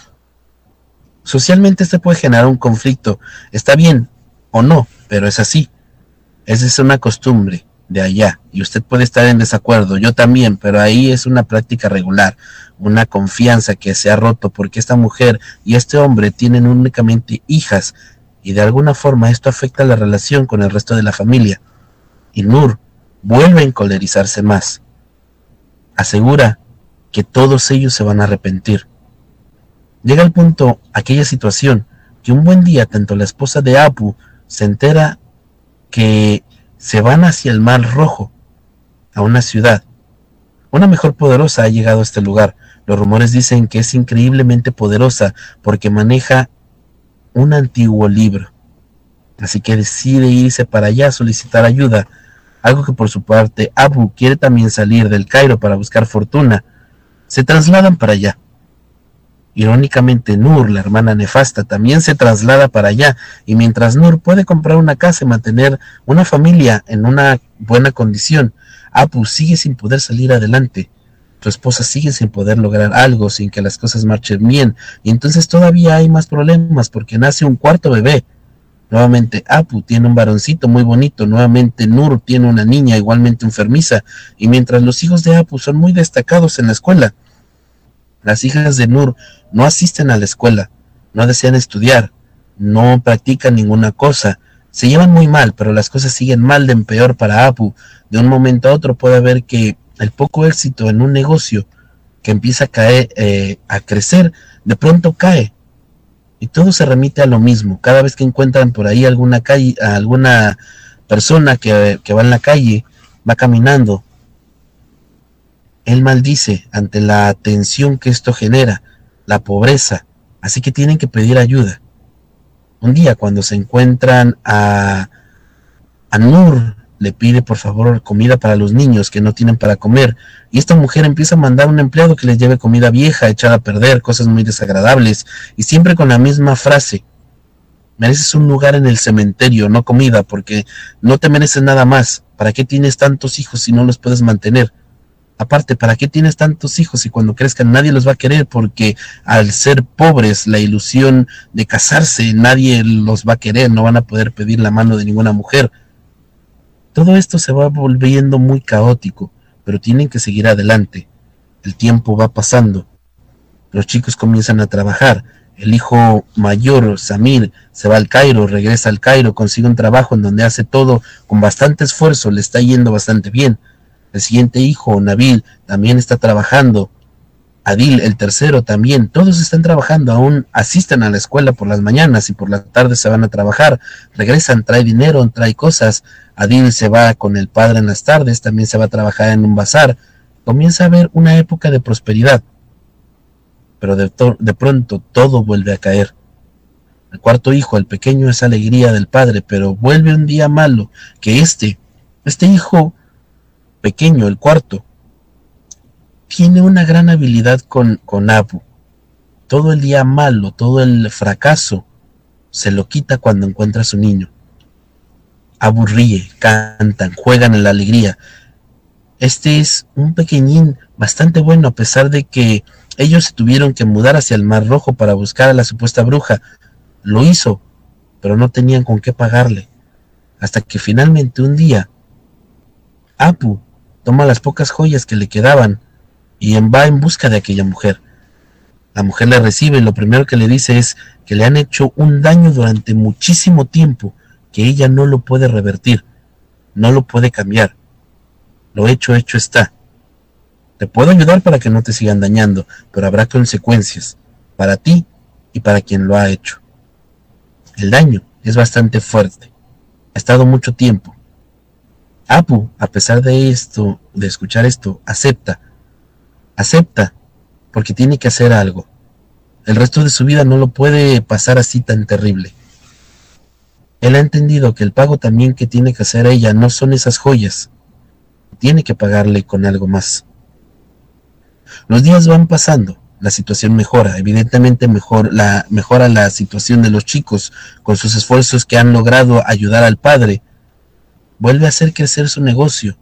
Speaker 4: Socialmente este puede generar un conflicto. Está bien o no, pero es así. Esa es una costumbre de allá. Y usted puede estar en desacuerdo, yo también, pero ahí es una práctica regular. Una confianza que se ha roto porque esta mujer y este hombre tienen únicamente hijas. Y de alguna forma esto afecta la relación con el resto de la familia. Y Nur vuelve a encolerizarse más. Asegura que todos ellos se van a arrepentir. Llega al punto, aquella situación, que un buen día tanto la esposa de Abu se entera que se van hacia el Mar Rojo, a una ciudad. Una mujer poderosa ha llegado a este lugar. Los rumores dicen que es increíblemente poderosa porque maneja un antiguo libro. Así que decide irse para allá a solicitar ayuda, algo que por su parte Abu quiere también salir del Cairo para buscar fortuna. Se trasladan para allá. Irónicamente, Nur, la hermana nefasta, también se traslada para allá, y mientras Nur puede comprar una casa y mantener una familia en una buena condición, Abu sigue sin poder salir adelante. Su esposa sigue sin poder lograr algo, sin que las cosas marchen bien, y entonces todavía hay más problemas porque nace un cuarto bebé. Nuevamente Abu tiene un varoncito muy bonito, nuevamente Nur tiene una niña igualmente enfermiza, y mientras los hijos de Abu son muy destacados en la escuela, las hijas de Nur no asisten a la escuela, no desean estudiar, no practican ninguna cosa, se llevan muy mal, pero las cosas siguen mal de en peor para Apu. De un momento a otro puede ver que el poco éxito en un negocio que empieza a caer, eh, a crecer, de pronto cae. Y todo se remite a lo mismo. Cada vez que encuentran por ahí alguna calle, alguna persona que, que va en la calle, va caminando, él maldice ante la tensión que esto genera, la pobreza, así que tienen que pedir ayuda. Un día cuando se encuentran a, a Nur, le pide por favor comida para los niños que no tienen para comer, y esta mujer empieza a mandar a un empleado que les lleve comida vieja, echada a perder, cosas muy desagradables, y siempre con la misma frase: mereces un lugar en el cementerio, no comida, porque no te mereces nada más. ¿Para qué tienes tantos hijos si no los puedes mantener? Aparte, ¿para qué tienes tantos hijos si cuando crezcan nadie los va a querer? Porque al ser pobres, la ilusión de casarse, nadie los va a querer, no van a poder pedir la mano de ninguna mujer. Todo esto se va volviendo muy caótico, pero tienen que seguir adelante. El tiempo va pasando. Los chicos comienzan a trabajar. El hijo mayor, Samir, se va al Cairo, regresa al Cairo, consigue un trabajo en donde hace todo con bastante esfuerzo, le está yendo bastante bien. El siguiente hijo, Nabil, también está trabajando. Adil, el tercero, también. Todos están trabajando, aún asisten a la escuela por las mañanas y por la tarde se van a trabajar. Regresan, trae dinero, trae cosas. Adil se va con el padre en las tardes, también se va a trabajar en un bazar. Comienza a haber una época de prosperidad. Pero de, de pronto todo vuelve a caer. El cuarto hijo, el pequeño, es alegría del padre, pero vuelve un día malo, que este, este hijo pequeño, el cuarto, tiene una gran habilidad con, con Apu. Todo el día malo, todo el fracaso, se lo quita cuando encuentra a su niño. Apu ríe, cantan, juegan en la alegría. Este es un pequeñín bastante bueno, a pesar de que ellos se tuvieron que mudar hacia el Mar Rojo para buscar a la supuesta bruja. Lo hizo, pero no tenían con qué pagarle. Hasta que finalmente un día, Apu toma las pocas joyas que le quedaban y va en busca de aquella mujer. La mujer le recibe y lo primero que le dice es que le han hecho un daño durante muchísimo tiempo, que ella no lo puede revertir, no lo puede cambiar. Lo hecho, hecho está. Te puedo ayudar para que no te sigan dañando, pero habrá consecuencias para ti y para quien lo ha hecho. El daño es bastante fuerte. Ha estado mucho tiempo. Apu, a pesar de esto, de escuchar esto, acepta. Acepta porque tiene que hacer algo. El resto de su vida no lo puede pasar así tan terrible. Él ha entendido que el pago también que tiene que hacer ella no son esas joyas. Tiene que pagarle con algo más. Los días van pasando, la situación mejora, evidentemente mejor, la, mejora la situación de los chicos con sus esfuerzos que han logrado ayudar al padre. Vuelve a hacer crecer su negocio.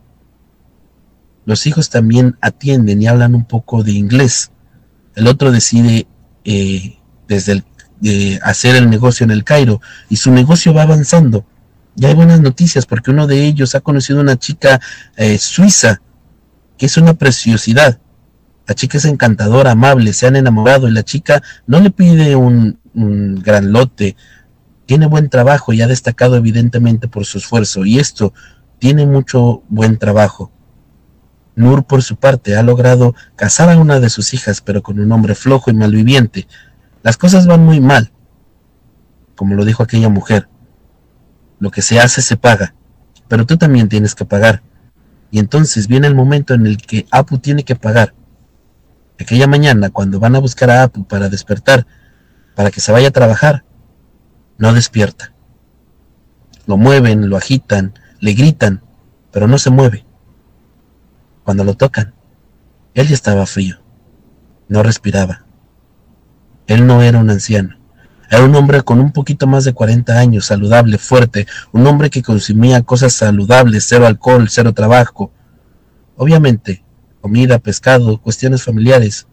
Speaker 4: Los hijos también atienden y hablan un poco de inglés. El otro decide eh, desde el, eh, hacer el negocio en el Cairo y su negocio va avanzando. Ya hay buenas noticias porque uno de ellos ha conocido a una chica eh, suiza que es una preciosidad. La chica es encantadora, amable, se han enamorado y la chica no le pide un, un gran lote. Tiene buen trabajo y ha destacado evidentemente por su esfuerzo, y esto tiene mucho buen trabajo. Nur, por su parte, ha logrado casar a una de sus hijas, pero con un hombre flojo y malviviente. Las cosas van muy mal, como lo dijo aquella mujer. Lo que se hace se paga, pero tú también tienes que pagar. Y entonces viene el momento en el que Apu tiene que pagar. Aquella mañana, cuando van a buscar a Apu para despertar, para que se vaya a trabajar, no despierta. Lo mueven, lo agitan, le gritan, pero no se mueve. Cuando lo tocan, él ya estaba frío, no respiraba. Él no era un anciano, era un hombre con un poquito más de cuarenta años, saludable, fuerte, un hombre que consumía cosas saludables, cero alcohol, cero trabajo. Obviamente, comida, pescado, cuestiones familiares.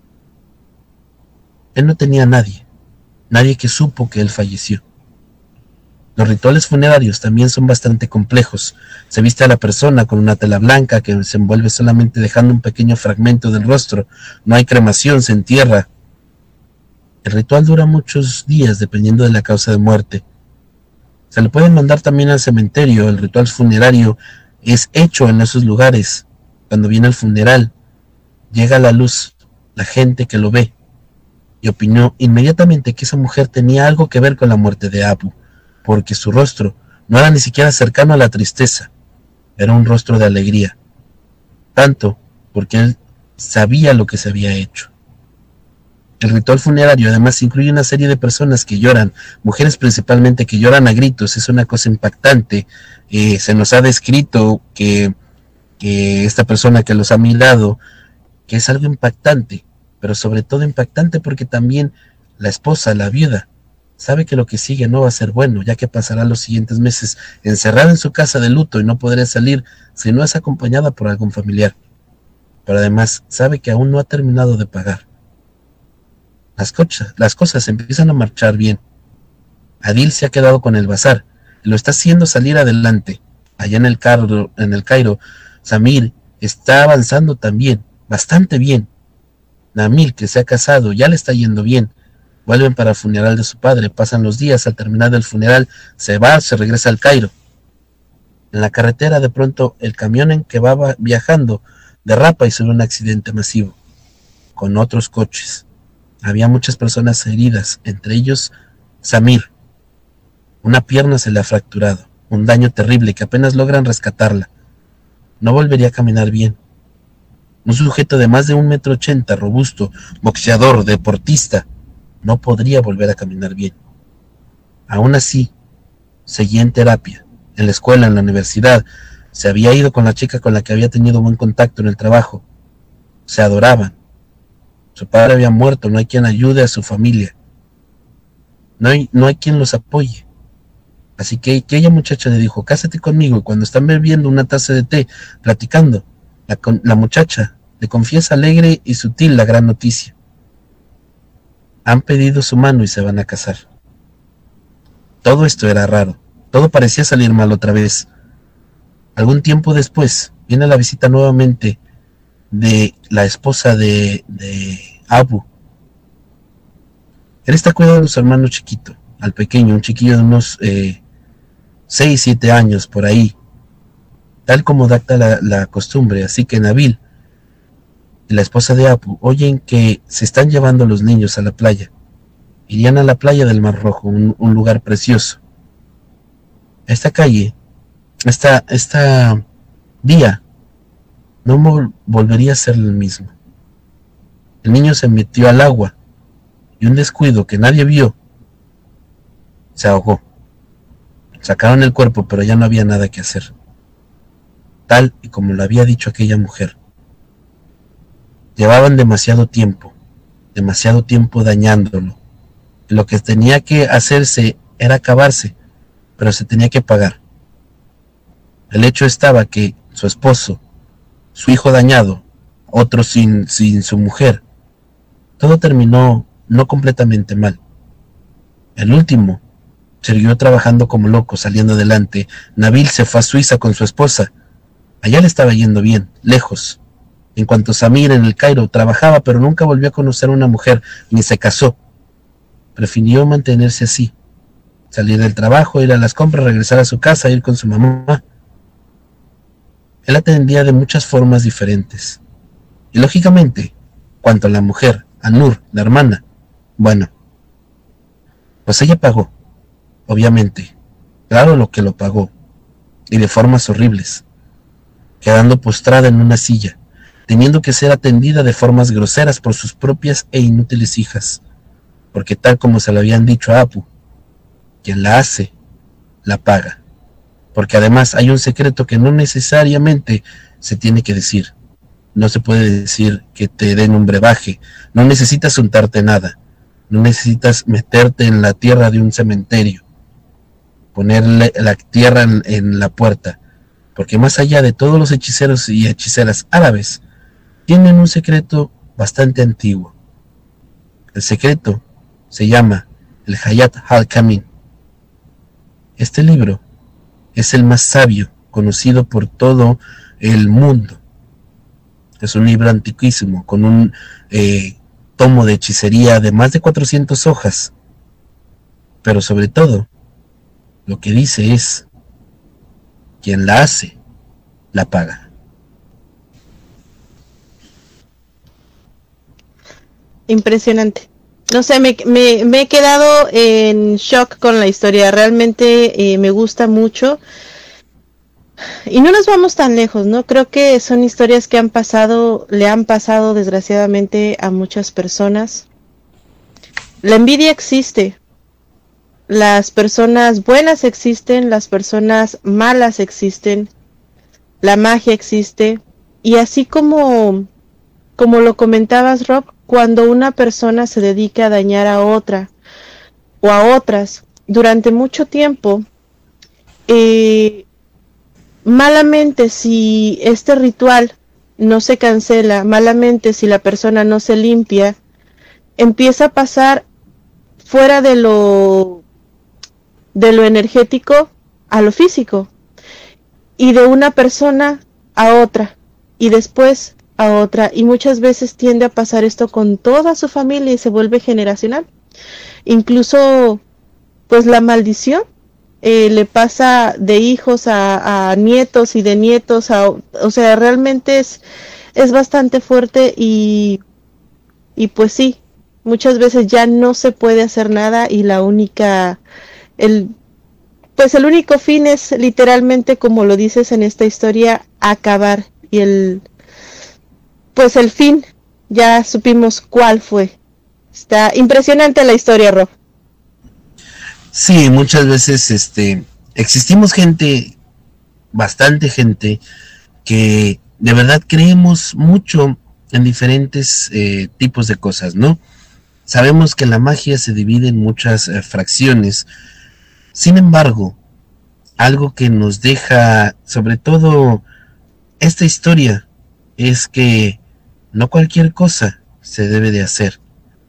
Speaker 4: Él no tenía a nadie, nadie que supo que él falleció. Los rituales funerarios también son bastante complejos. Se viste a la persona con una tela blanca que se envuelve solamente dejando un pequeño fragmento del rostro. No hay cremación, se entierra. El ritual dura muchos días dependiendo de la causa de muerte. Se le puede mandar también al cementerio. El ritual funerario es hecho en esos lugares. Cuando viene el funeral, llega a la luz la gente que lo ve y opinó inmediatamente que esa mujer tenía algo que ver con la muerte de Apu, porque su rostro no era ni siquiera cercano a la tristeza, era un rostro de alegría, tanto porque él sabía lo que se había hecho. El ritual funerario además incluye una serie de personas que lloran, mujeres principalmente que lloran a gritos. Es una cosa impactante. Eh, se nos ha descrito que, que esta persona que los ha mirado, que es algo impactante, pero sobre todo impactante porque también la esposa, la viuda, sabe que lo que sigue no va a ser bueno, ya que pasará los siguientes meses encerrada en su casa de luto y no podrá salir si no es acompañada por algún familiar. Pero además sabe que aún no ha terminado de pagar. Las cosas, las cosas empiezan a marchar bien. Adil se ha quedado con el bazar y lo está haciendo salir adelante. Allá en el, Cairo, en el Cairo, Samir está avanzando también, bastante bien. Namil, que se ha casado, ya le está yendo bien. Vuelven para el funeral de su padre, pasan los días, al terminar el funeral se va, se regresa al Cairo. En la carretera de pronto el camión en que va viajando derrapa y sube un accidente masivo, con otros coches. Había muchas personas heridas, entre ellos Samir. Una pierna se le ha fracturado, un daño terrible que apenas logran rescatarla. No volvería a caminar bien. Un sujeto de más de un metro ochenta, robusto, boxeador, deportista, no podría volver a caminar bien. Aún así, seguía en terapia, en la escuela, en la universidad. Se había ido con la chica con la que había tenido buen contacto en el trabajo. Se adoraban. Su padre había muerto, no hay quien ayude a su familia. No hay, no hay quien los apoye. Así que aquella muchacha le dijo, cásate conmigo, y cuando están bebiendo una taza de té, platicando, la, la muchacha le confiesa alegre y sutil la gran noticia. Han pedido su mano y se van a casar. Todo esto era raro, todo parecía salir mal otra vez. Algún tiempo después, viene la visita nuevamente de la esposa de, de Apu. Él está cuidando a su hermano chiquito, al pequeño, un chiquillo de unos eh, seis, siete años por ahí, tal como dicta la, la costumbre. Así que Nabil y la esposa de Apu oyen que se están llevando los niños a la playa. Irían a la playa del Mar Rojo, un, un lugar precioso. Esta calle, esta, esta día, no vol volvería a ser el mismo. El niño se metió al agua y un descuido que nadie vio, se ahogó. Sacaron el cuerpo, pero ya no había nada que hacer. Tal y como lo había dicho aquella mujer. Llevaban demasiado tiempo, demasiado tiempo dañándolo. Y lo que tenía que hacerse era acabarse, pero se tenía que pagar. El hecho estaba que su esposo, su hijo dañado, otro sin, sin su mujer, todo terminó no completamente mal. El último siguió trabajando como loco, saliendo adelante. Nabil se fue a Suiza con su esposa. Allá le estaba yendo bien, lejos. En cuanto Samir en el Cairo trabajaba, pero nunca volvió a conocer a una mujer, ni se casó. Prefirió mantenerse así, salir del trabajo, ir a las compras, regresar a su casa, ir con su mamá. Él atendía de muchas formas diferentes. Y lógicamente, cuanto a la mujer, a Nur, la hermana, bueno, pues ella pagó, obviamente, claro lo que lo pagó, y de formas horribles, quedando postrada en una silla, teniendo que ser atendida de formas groseras por sus propias e inútiles hijas, porque tal como se lo habían dicho a Apu, quien la hace, la paga. Porque además hay un secreto que no necesariamente se tiene que decir. No se puede decir que te den un brebaje, no necesitas untarte nada, no necesitas meterte en la tierra de un cementerio, ponerle la tierra en, en la puerta, porque más allá de todos los hechiceros y hechiceras árabes, tienen un secreto bastante antiguo. El secreto se llama el Hayat al-Kamin. Este libro es el más sabio conocido por todo el mundo. Es un libro antiquísimo, con un, eh, tomo de hechicería de más de cuatrocientas hojas, pero sobre todo, lo que dice es, quien la hace, la paga.
Speaker 3: Impresionante. No sé, me, me, me he quedado en shock con la historia. Realmente eh, me gusta mucho. Y no nos vamos tan lejos, ¿no? Creo que son historias que han pasado, le han pasado desgraciadamente a muchas personas. La envidia existe. Las personas buenas existen, las personas malas existen. La magia existe. Y así como, como lo comentabas, Rob, cuando una persona se dedica a dañar a otra o a otras durante mucho tiempo, eh, malamente si este ritual no se cancela, malamente si la persona no se limpia, empieza a pasar fuera de lo de lo energético a lo físico, y de una persona a otra, y después a otra, y muchas veces tiende a pasar esto con toda su familia y se vuelve generacional. Incluso pues la maldición eh, le pasa de hijos a, a nietos y de nietos a, o sea, realmente es, es bastante fuerte y, y pues sí, muchas veces ya no se puede hacer nada y la única, el, pues el único fin es literalmente, como lo dices en esta historia, acabar, y el pues el fin, ya supimos cuál fue. Está impresionante la historia, Rob.
Speaker 4: Sí, muchas veces este, existimos gente, bastante gente, que de verdad creemos mucho en diferentes eh, tipos de cosas, ¿no? Sabemos que la magia se divide en muchas eh, fracciones. Sin embargo, algo que nos deja, sobre todo esta historia, es que no cualquier cosa se debe de hacer.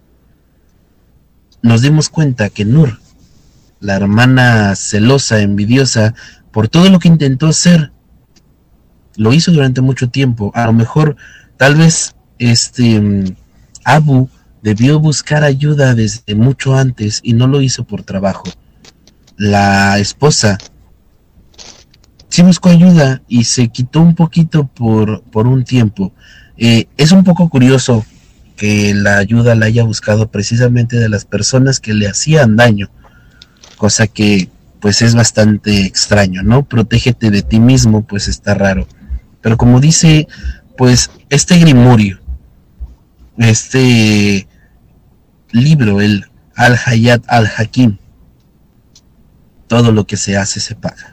Speaker 4: Nos dimos cuenta que Nur, la hermana celosa, envidiosa, por todo lo que intentó hacer, lo hizo durante mucho tiempo. A lo mejor, tal vez, este Abu debió buscar ayuda desde mucho antes y no lo hizo por trabajo. La esposa sí buscó ayuda y se quitó un poquito por, por un tiempo. Eh, es un poco curioso que la ayuda la haya buscado precisamente de las personas que le hacían daño, cosa que pues es bastante extraño, ¿no? Protégete de ti mismo, pues está raro. Pero como dice, pues este grimorio, este libro, el Al-Hayat Al-Hakim, todo lo que se hace se paga.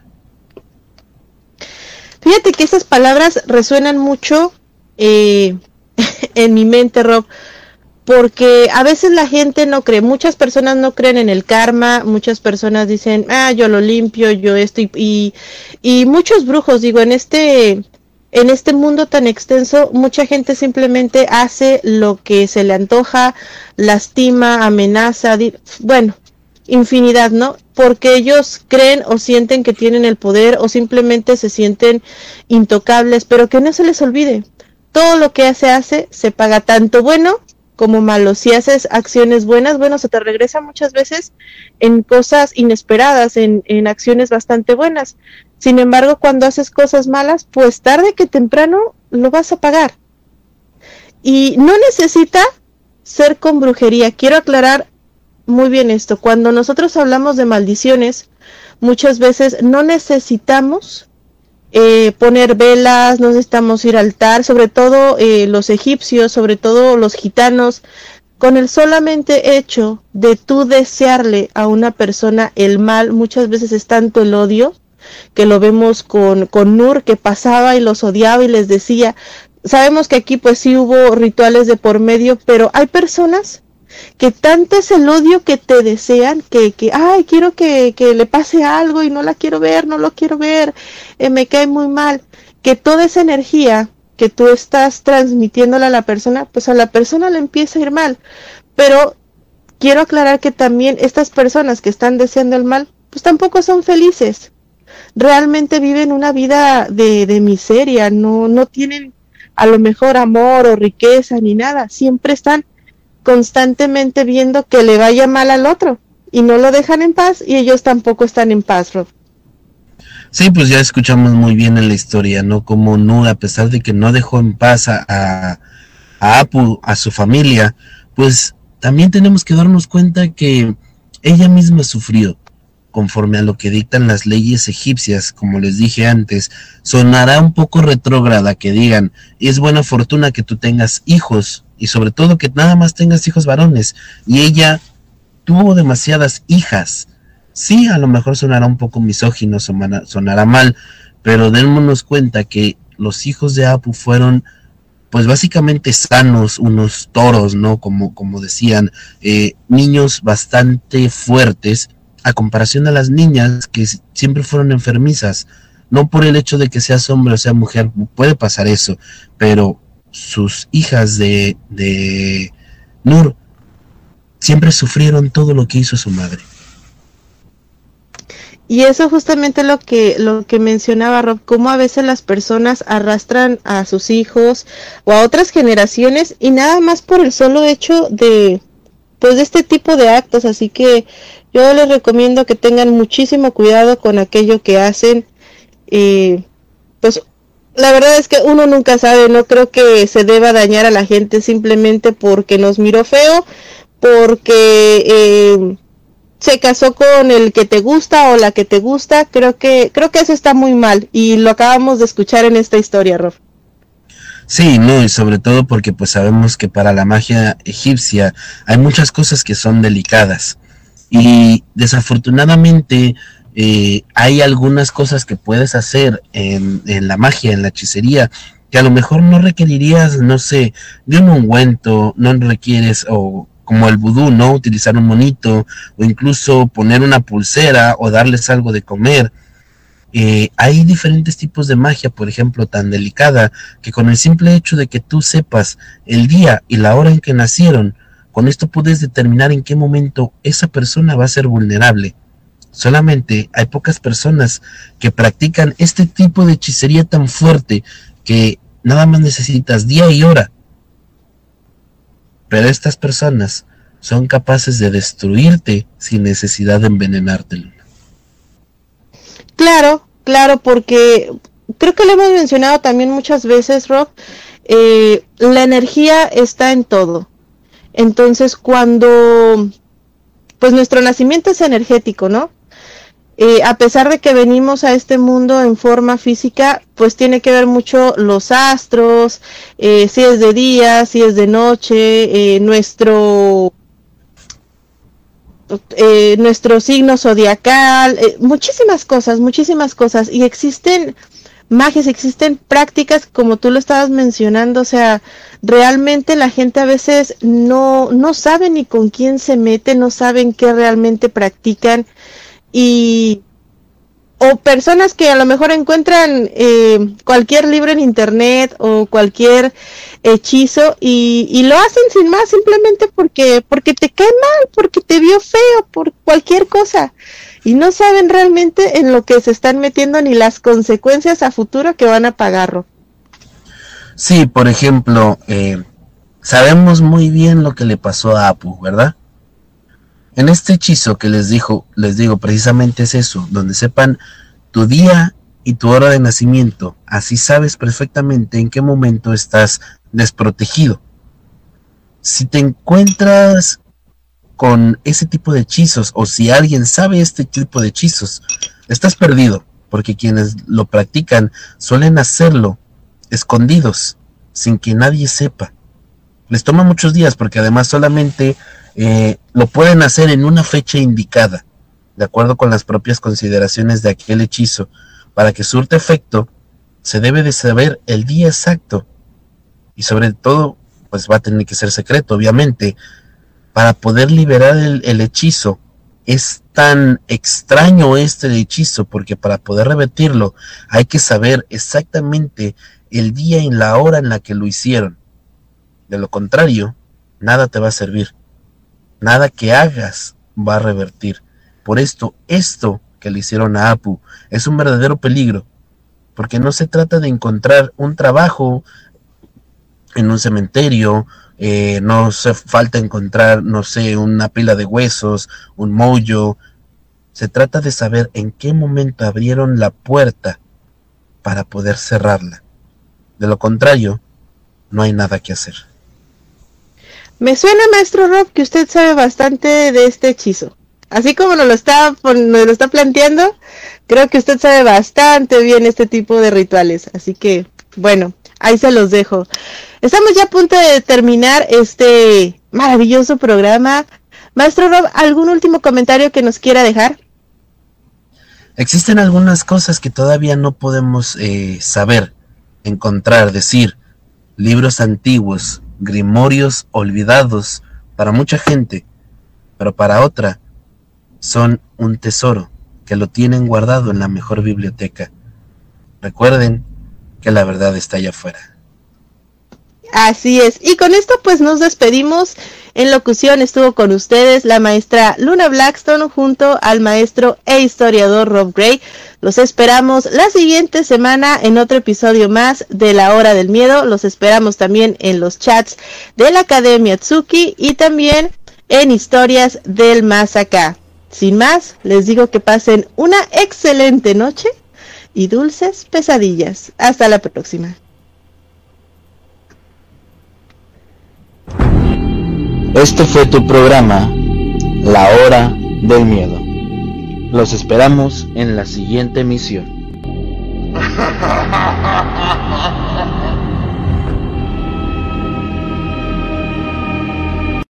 Speaker 3: Fíjate que esas palabras resuenan mucho eh, en mi mente, Rob, porque a veces la gente no cree, muchas personas no creen en el karma, muchas personas dicen, ah, yo lo limpio, yo esto, y, y, y muchos brujos, digo, en este, en este mundo tan extenso, mucha gente simplemente hace lo que se le antoja, lastima, amenaza, di, bueno, infinidad, ¿no? Porque ellos creen o sienten que tienen el poder o simplemente se sienten intocables, pero que no se les olvide, todo lo que se hace se paga, tanto bueno como malo. Si haces acciones buenas, bueno, se te regresa muchas veces en cosas inesperadas, en, en acciones bastante buenas. Sin embargo, cuando haces cosas malas, pues tarde que temprano lo vas a pagar. Y no necesita ser con brujería. Quiero aclarar muy bien esto. Cuando nosotros hablamos de maldiciones, muchas veces no necesitamos eh, poner velas, no necesitamos ir al altar, sobre todo eh, los egipcios, sobre todo los gitanos, con el solamente hecho de tú desearle a una persona el mal, muchas veces es tanto el odio, que lo vemos con, con Nur, que pasaba y los odiaba y les decía, sabemos que aquí pues sí hubo rituales de por medio, pero hay personas que tanto es el odio que te desean, que, que ay, quiero que, que le pase algo y no la quiero ver, no lo quiero ver, eh, me cae muy mal, que toda esa energía que tú estás transmitiéndole a la persona, pues a la persona le empieza a ir mal. Pero quiero aclarar que también estas personas que están deseando el mal, pues tampoco son felices, realmente viven una vida de, de miseria, no, no tienen a lo mejor amor o riqueza ni nada, siempre están constantemente viendo que le vaya mal al otro y no lo dejan en paz y ellos tampoco están en paz, Rob.
Speaker 4: Sí, pues ya escuchamos muy bien en la historia, ¿no? Como Nur, a pesar de que no dejó en paz a, a, a Apu, a su familia, pues también tenemos que darnos cuenta que ella misma sufrió conforme a lo que dictan las leyes egipcias. Como les dije antes, sonará un poco retrógrada que digan, es buena fortuna que tú tengas hijos, y sobre todo que nada más tengas hijos varones, y ella tuvo demasiadas hijas. Sí, a lo mejor sonará un poco misógino, sonará mal, pero démonos cuenta que los hijos de Apu fueron, pues básicamente sanos, unos toros, ¿no? Como, como decían, eh, niños bastante fuertes, a comparación a las niñas que siempre fueron enfermizas, no por el hecho de que seas hombre o sea mujer, puede pasar eso, pero sus hijas de, de Nur siempre sufrieron todo lo que hizo su madre.
Speaker 3: Y eso justamente lo que lo que mencionaba Rob, cómo a veces las personas arrastran a sus hijos o a otras generaciones y nada más por el solo hecho de pues de este tipo de actos, así que yo les recomiendo que tengan muchísimo cuidado con aquello que hacen. Eh, pues la verdad es que uno nunca sabe, no creo que se deba dañar a la gente simplemente porque nos miró feo, porque eh, se casó con el que te gusta o la que te gusta. Creo que creo que eso está muy mal y lo acabamos de escuchar en esta historia, Rob.
Speaker 4: Sí, no, y sobre todo porque pues sabemos que para la magia egipcia hay muchas cosas que son delicadas y desafortunadamente eh, hay algunas cosas que puedes hacer en, en la magia, en la hechicería, que a lo mejor no requerirías, no sé, de un ungüento, no requieres, o como el vudú, ¿no? Utilizar un monito, o incluso poner una pulsera, o darles algo de comer. Eh, hay diferentes tipos de magia, por ejemplo, tan delicada, que con el simple hecho de que tú sepas el día y la hora en que nacieron, con esto puedes determinar en qué momento esa persona va a ser vulnerable. Solamente hay pocas personas que practican este tipo de hechicería tan fuerte, que nada más necesitas día y hora. Pero estas personas son capaces de destruirte sin necesidad de envenenarte.
Speaker 3: Claro, claro, porque creo que lo hemos mencionado también muchas veces, Rob, eh, la energía está en todo. Entonces, cuando, pues nuestro nacimiento es energético, ¿no? Eh, a pesar de que venimos a este mundo en forma física, pues tiene que ver mucho los astros, eh, si es de día, si es de noche, eh, nuestro... Eh, nuestro signo zodiacal, eh, muchísimas cosas, muchísimas cosas, y existen magias, existen prácticas como tú lo estabas mencionando, o sea, realmente la gente a veces no, no sabe ni con quién se mete, no saben qué realmente practican, y o personas que a lo mejor encuentran eh, cualquier libro en internet o cualquier hechizo y, y lo hacen sin más, simplemente porque porque te cae mal, porque te vio feo, por cualquier cosa, y no saben realmente en lo que se están metiendo ni las consecuencias a futuro que van a pagarlo.
Speaker 4: Sí, por ejemplo, eh, sabemos muy bien lo que le pasó a Apu, ¿verdad? En este hechizo que les dijo, les digo, precisamente es eso, donde sepan tu día y tu hora de nacimiento, así sabes perfectamente en qué momento estás desprotegido. Si te encuentras con ese tipo de hechizos, o si alguien sabe este tipo de hechizos, estás perdido, porque quienes lo practican suelen hacerlo escondidos, sin que nadie sepa. Les toma muchos días, porque además solamente eh, lo pueden hacer en una fecha indicada, de acuerdo con las propias consideraciones de aquel hechizo. Para que surta efecto, se debe de saber el día exacto, y sobre todo, pues va a tener que ser secreto, obviamente. Para poder liberar el, el hechizo, es tan extraño este hechizo, porque para poder revertirlo, hay que saber exactamente el día y la hora en la que lo hicieron. De lo contrario, nada te va a servir. Nada que hagas va a revertir. Por esto, esto que le hicieron a Apu es un verdadero peligro, porque no se trata de encontrar un trabajo en un cementerio, eh, no hace falta encontrar, no sé, una pila de huesos, un mojo. Se trata de saber en qué momento abrieron la puerta para poder cerrarla. De lo contrario, no hay nada que hacer.
Speaker 3: Me suena, maestro Rob, que usted sabe bastante de este hechizo. Así como nos lo está, nos lo está planteando, creo que usted sabe bastante bien este tipo de rituales. Así que, bueno, ahí se los dejo. Estamos ya a punto de terminar este maravilloso programa. Maestro Rob, ¿algún último comentario que nos quiera dejar?
Speaker 4: Existen algunas cosas que todavía no podemos eh, saber, encontrar, decir. Libros antiguos, grimorios olvidados para mucha gente, pero para otra son un tesoro que lo tienen guardado en la mejor biblioteca. Recuerden que la verdad está allá afuera.
Speaker 3: Así es, y con esto pues nos despedimos. En locución estuvo con ustedes la maestra Luna Blackstone junto al maestro e historiador Rob Gray. Los esperamos la siguiente semana en otro episodio más de La Hora del Miedo. Los esperamos también en los chats de la Academia Tsuki y también en Historias del Más Acá. Sin más, les digo que pasen una excelente noche y dulces pesadillas. Hasta la próxima.
Speaker 2: Este fue tu programa, La Hora del Miedo. Los esperamos en la siguiente emisión.